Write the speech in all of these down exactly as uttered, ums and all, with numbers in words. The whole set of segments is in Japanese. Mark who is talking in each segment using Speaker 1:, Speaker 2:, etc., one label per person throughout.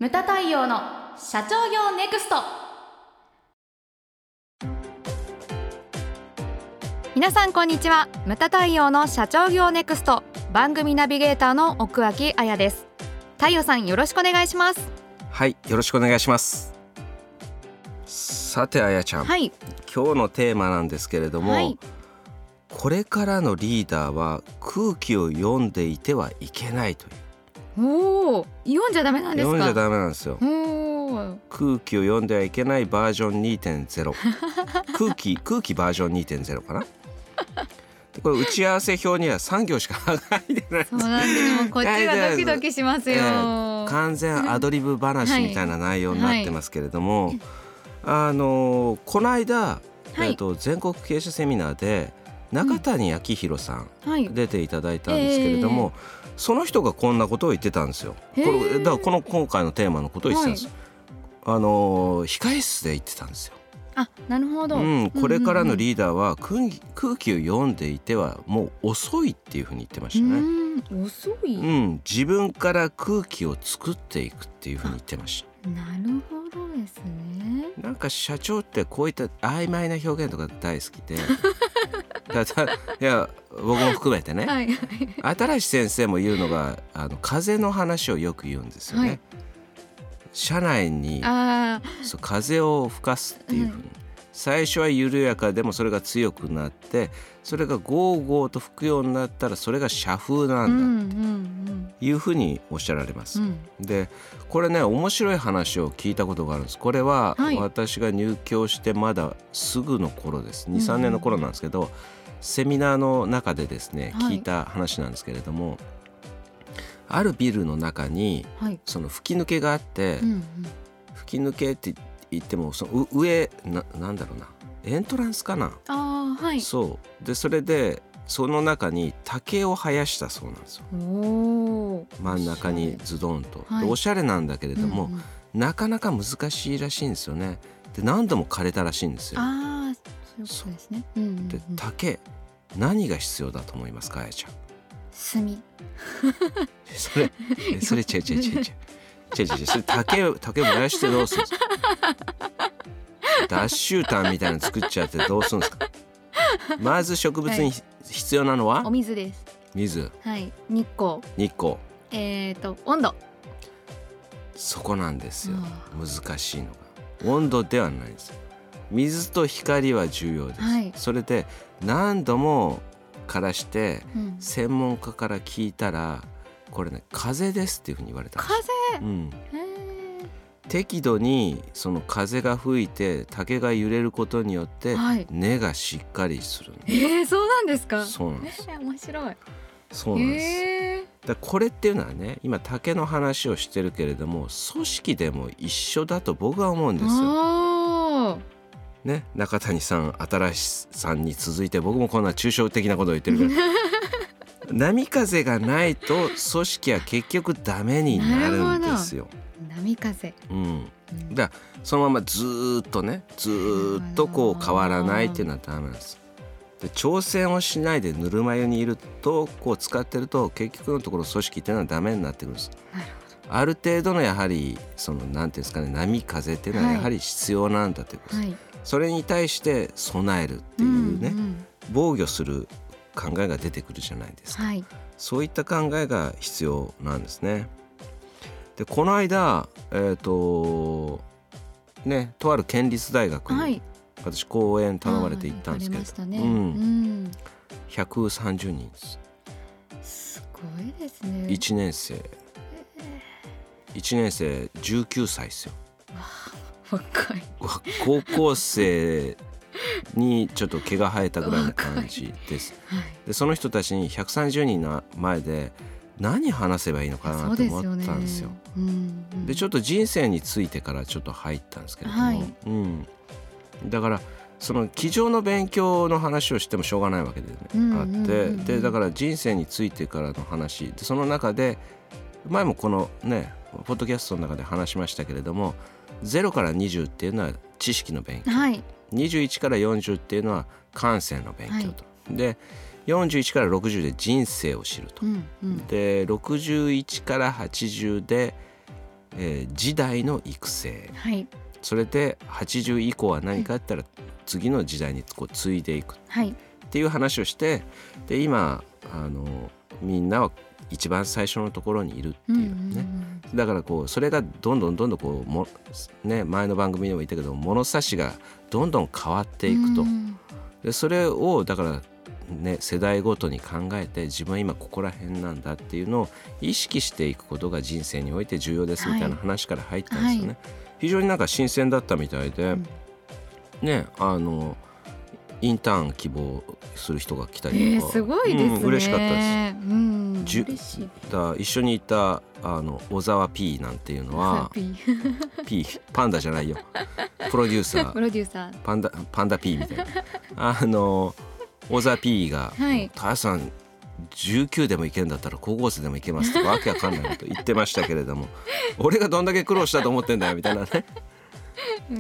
Speaker 1: ムタ太陽の社長業ネクスト。皆さんこんにちは。ムタ太陽の社長業ネクスト番組ナビゲーターの奥脇彩です。太陽さん、よろしくお願いします。
Speaker 2: はい、よろしくお願いします。さて彩ちゃん、
Speaker 1: はい、
Speaker 2: 今日のテーマなんですけれども、はい、これからのリーダーは空気を読んでいてはいけないという。
Speaker 1: おー、読んじゃダメなんですか？
Speaker 2: 読んじゃダメなんですよ。
Speaker 1: お
Speaker 2: 空気を読んではいけないバージョン にてんゼロ 空気空気バージョン にてんゼロ かな。でこれ打ち合わせ表にはさん行しか書いてない。
Speaker 1: そうなんです。もうこっちがドキドキしますよ、えー、
Speaker 2: 完全アドリブ話みたいな内容になってますけれども、はいはい、あのこの間、はい、えー、と全国経営者セミナーで中谷昭弘さん、うん、はい、出ていただいたんですけれども、えー、その人がこんなことを言ってたんですよ。これだからこの今回のテーマのことを言ってたんです、はい、あの控え室で言ってたんですよ。
Speaker 1: あ、なるほど、
Speaker 2: うん、これからのリーダーは空気、空気を読んでいてはもう遅いっていうふうに言ってましたね。
Speaker 1: うん、遅い、
Speaker 2: うん、自分から空気を作っていくっていうふうに言ってました。
Speaker 1: なるほどですね。
Speaker 2: なんか社長ってこういった曖昧な表現とか大好きでだいや僕も含めてね、はいはい、新先生も言うのがあの風の話をよく言うんですよね、はい、社内にそう風を吹かすっていうふうに、うん、最初は緩やかでもそれが強くなってそれがゴーゴーと吹くようになったらそれが社風なんだっていうふうにおっしゃられます、うんうんうん、でこれね面白い話を聞いたことがあるんです。これは私が入居してまだすぐの頃です、はい、にさんねんの頃なんですけど、うんうん、セミナーの中でですね聞いた話なんですけれども、はい、あるビルの中にその吹き抜けがあって、うんうん、吹き抜けって言ってもその上 な, なんだろうなエントランスかなあ、はい、そうでそれでその中に竹を生やしたそうなんですよ。お真ん中にズドンと、はい、でおしゃれなんだけれども、うんうん、なかなか難しいらしいんですよね。で何度も枯れたらしいんですよ。
Speaker 1: ああ、そういうことですね。うんうんうん、
Speaker 2: で竹何が必要だと思いますか、あやちゃん。
Speaker 1: 炭
Speaker 2: それそれ違う違う違う違う違う違う違うそれ竹を竹燃やしてどうするんですか。ダッシュータンみたいなの作っちゃってどうするんですか。まず植物に必要なのは、はい、
Speaker 1: お水です。
Speaker 2: 水、
Speaker 1: はい、日光
Speaker 2: 日光
Speaker 1: えーと温度、
Speaker 2: そこなんですよ。難しいのが温度ではないんですよ。水と光は重要です、はい、それで何度も枯らして、うん、専門家から聞いたらこれね風ですっていうふうに言われたんです。
Speaker 1: 風、うん、
Speaker 2: 適度にその風が吹いて竹が揺れることによって根がしっかりするんです、
Speaker 1: はい、えー、そうなんですか。
Speaker 2: そうなんです、
Speaker 1: えー、面白い。
Speaker 2: そうなんです、えー、だこれっていうのはね今竹の話をしてるけれども組織でも一緒だと僕は思うんですよ、ね、中谷さん新さんに続いて僕もこんな抽象的なことを言ってるから波風がないと組織は結局ダメになるんですよ。
Speaker 1: 波風、
Speaker 2: うん、だからそのままずっとねずっとこう変わらないっていうのはダメなんです。で挑戦をしないでぬるま湯にいるとこう使ってると結局のところ組織っていうのはダメになってくるんです。なるほど。ある程度のやはりそのなんていうんですかね波風っていうのはやはり必要なんだということです、はい、それに対して備えるっていうね、うんうん、防御する考えが出てくるじゃないですか、はい、そういった考えが必要なんですね。でこの間、えーとね、とある県立大学に、はい、私講演頼まれて行ったんですけど、ね、うんうん、ひゃくさんじゅうにんです。
Speaker 1: すごいですね。
Speaker 2: いちねん生、えー、いちねん生じゅうきゅうさいですよ。
Speaker 1: 若い。
Speaker 2: 高校生にちょっと毛が生えたぐらいの感じです、はい、でその人たちにひゃくさんじゅうにんの前で何話せばいいのかなと思ったんですよ。で、うんうん、でちょっと人生についてからちょっと入ったんですけれども、はい、うん、だからその机上の勉強の話をしてもしょうがないわけで、ね、うんうんうんうん、あってでだから人生についてからの話でその中で前もこのねポッドキャストの中で話しましたけれどもゼロからにじゅうっていうのは知識の勉強、はい、にじゅういちからよんじゅうっていうのは感性の勉強と、はい、でよんじゅういちからろくじゅうで人生を知ると、うんうん、でろくじゅういちからはちじゅうでえー、時代の育成、
Speaker 1: はい、
Speaker 2: それではちじゅう以降は何かあったら次の時代にこう継いでいくっていう話をして、で今あのみんなは一番最初のところにいるっていうね、うんうんうん、だからこうそれがどんどんどんどんこうも、ね、前の番組でも言ったけど物差しがどんどん変わっていくと、うん、でそれをだからね、世代ごとに考えて自分は今ここら辺なんだっていうのを意識していくことが人生において重要ですみたいな話から入ったんですよね、はい、非常になんか新鮮だったみたいで、うん、ね、あのインターン希望する人が来たりとか、
Speaker 1: えー、すごいですね、
Speaker 2: うん、嬉しかったです、うん、
Speaker 1: 嬉しい。
Speaker 2: だ一緒にいたあの小沢 P なんていうのは
Speaker 1: P,
Speaker 2: P パンダじゃないよプロデューサー
Speaker 1: プロデューサー
Speaker 2: パンダパンダ P みたいなあの小沢 P が、はい、田谷さんじゅうきゅうでもいけるんだったら高校生でもいけますとわけわかんないこと言ってましたけれども俺がどんだけ苦労したと思ってんだよみたいなねうん、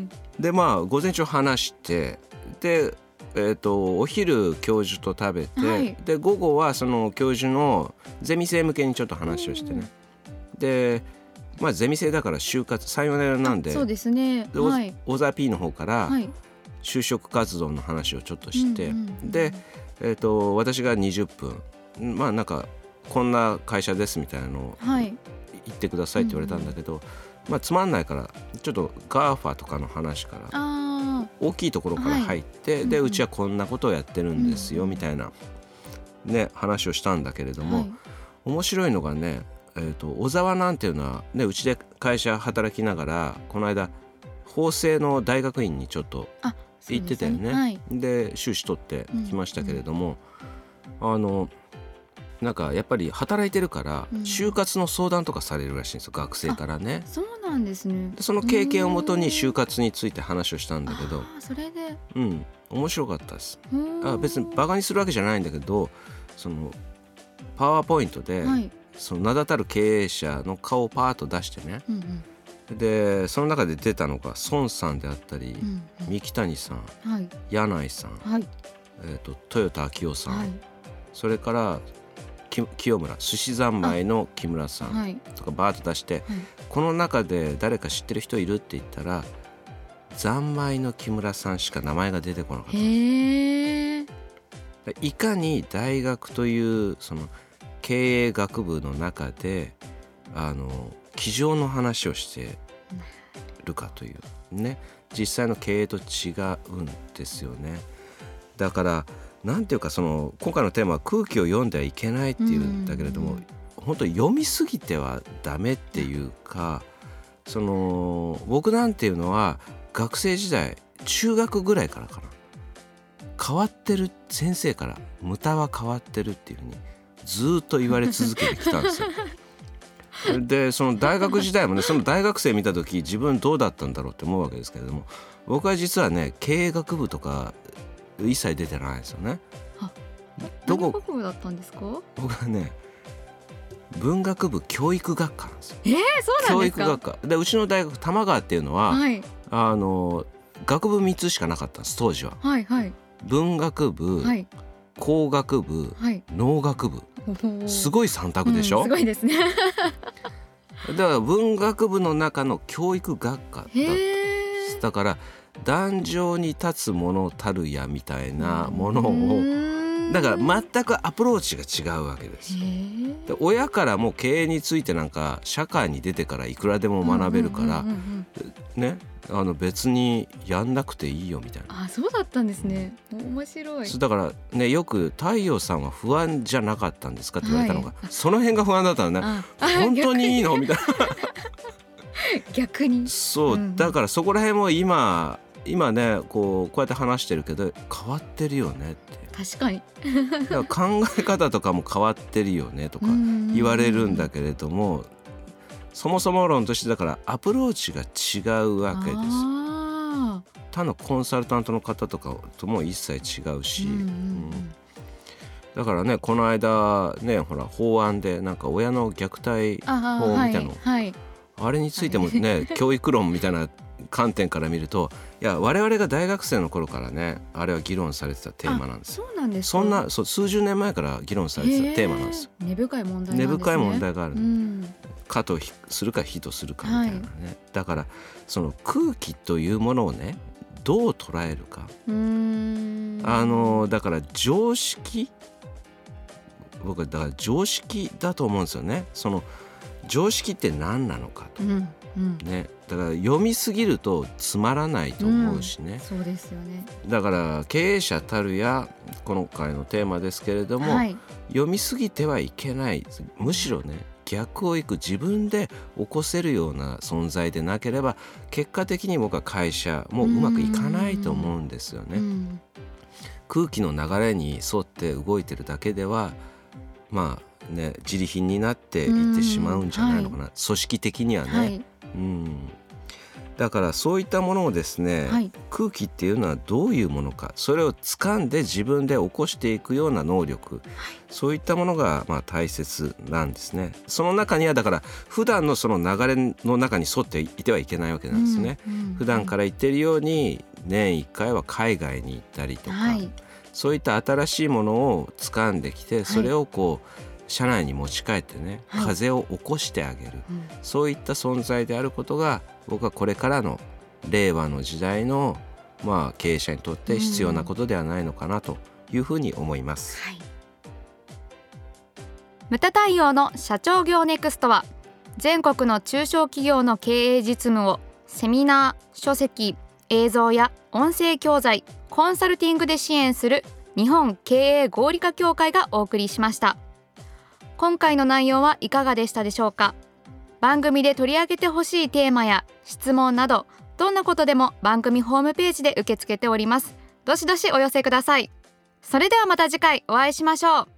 Speaker 2: でまあ午前中話してで、えーと、お昼教授と食べて、はい、で午後はその教授のゼミ生向けにちょっと話をしてね、うん、でまあゼミ生だから就活さん、よねんなんで、
Speaker 1: そうですね、はい、
Speaker 2: 小沢 P の方から就職活動の話をちょっとして、はい、で、えーと、私がにじゅっぷんまあなんかこんな会社ですみたいなのを言ってくださいって言われたんだけど、はい、まあ、つまんないからちょっと ガーファ とかの話から大きいところから入って、はい、でうちはこんなことをやってるんですよみたいな、ね、話をしたんだけれども、はい、面白いのがね、えーと、小沢なんていうのは、ね、うちで会社働きながらこの間法政の大学院にちょっと行ってたよね。で、はい、で修士取ってきましたけれども、うんうん、あのなんかやっぱり働いてるから就活の相談とかされるらしいんですよ、学生からね。
Speaker 1: そうなんですね。
Speaker 2: でその経験をもとに就活について話をしたんだけど、
Speaker 1: あ、それで、
Speaker 2: うん、面白かったです。あ、別にバカにするわけじゃないんだけど、そのパワーポイントで、はい、その名だたる経営者の顔をパーッと出してね、うんうん、でその中で出たのが孫さんであったり、うんうん、三木谷さん、はい、柳井さん、はい、えーと、豊田章男さん、はい、それから清村寿司三昧の木村さんとかバーッと出して、はい、この中で誰か知ってる人いるって言ったら三昧の木村さんしか名前が出てこなかった。へー。いかに大学というその経営学部の中であの机上の話をしてるかというね、実際の経営と違うんですよね。だからなんていうか、その今回のテーマは空気を読んではいけないっていうんだけれども、うんうん、本当に読みすぎてはダメっていうか、その僕なんていうのは学生時代中学ぐらいからかな、変わってる先生からムタは変わってるっていうふうにずっと言われ続けてきたんですよでその大学時代もね、その大学生見た時自分どうだったんだろうって思うわけですけれども、僕は実はね経営学部とか一切出てないんですよね。
Speaker 1: あ、どこ何学部だったんですか？
Speaker 2: 僕はね文学部教育学科なんですよ。
Speaker 1: えー、そうなんですか？
Speaker 2: 教育学科で、うちの大学玉川っていうのは、はい、あの学部みっつしかなかったんです当時は。はいはい、文学部、はい、工学部、はい、農学部、すごいさん択でしょ、うん、
Speaker 1: すごいですね
Speaker 2: だから文学部の中の教育学科だったんです。だから壇上に立つ者たるやみたいなものを、だから全くアプローチが違うわけです。で親からも経営についてなんか社会に出てからいくらでも学べるから、ね、あの別にやんなくていいよみたいな。
Speaker 1: あ、そうだったんですね。面白い。
Speaker 2: だからね、よく太陽さんは不安じゃなかったんですかって言われたのが、はい、その辺が不安だったのね。本当にいいのみたいな
Speaker 1: 逆に
Speaker 2: そう、うん、だからそこら辺も今今ねこうこうやって話してるけど変わってるよねって。
Speaker 1: 確かに
Speaker 2: だから考え方とかも変わってるよねとか言われるんだけれども、そもそも論としてだからアプローチが違うわけです。他のコンサルタントの方とかとも一切違うし、うんうんうん、だからねこの間ねほら法案でなんか親の虐待法みたいなの、はいはい、 あれについてもね、はい、教育論みたいな観点から見ると、いや我々が大学生の頃からね、あれは議論されてたテーマなんです。
Speaker 1: そうなんですか。
Speaker 2: そんなそう数十年前から議論されてたテーマなんです。
Speaker 1: 根深い問題なんですね。
Speaker 2: 根深い問題がある、うん、かとするか非とするかみたいなね、はい、だからその空気というものをねどう捉えるか、うーんあのだから常識、僕はだから常識だと思うんですよね。その常識って何なのかと、うんうんね、だから読みすぎるとつまらないと思うしね、うん、
Speaker 1: そうですよね。
Speaker 2: だから経営者たるや今回のテーマですけれども、はい、読みすぎてはいけない、むしろね逆をいく自分で起こせるような存在でなければ結果的に僕は会社もうまくいかないと思うんですよね、うん、空気の流れに沿って動いてるだけではまあね、自利品になっていってしまうんじゃないのかな、はい、組織的にはね、はい、うんだからそういったものをですね、はい、空気っていうのはどういうものか、それを掴んで自分で起こしていくような能力、はい、そういったものがまあ大切なんですね。その中にはだから普段のその流れの中に沿っていてはいけないわけなんですね、うんうん、普段から言ってるように年いっかいは海外に行ったりとか、はい、そういった新しいものを掴んできてそれをこう、はい社内に持ち帰ってね、はい、風を起こしてあげる、うん、そういった存在であることが僕はこれからの令和の時代の、まあ、経営者にとって必要なことではないのかなというふうに思います、うんはい、
Speaker 1: ムタ太陽の社長業ネクストは全国の中小企業の経営実務をセミナー、書籍、映像や音声教材、コンサルティングで支援する日本経営合理化協会がお送りしました。今回の内容はいかがでしたでしょうか。番組で取り上げてほしいテーマや質問などどんなことでも番組ホームページで受け付けております。どしどしお寄せください。それではまた次回お会いしましょう。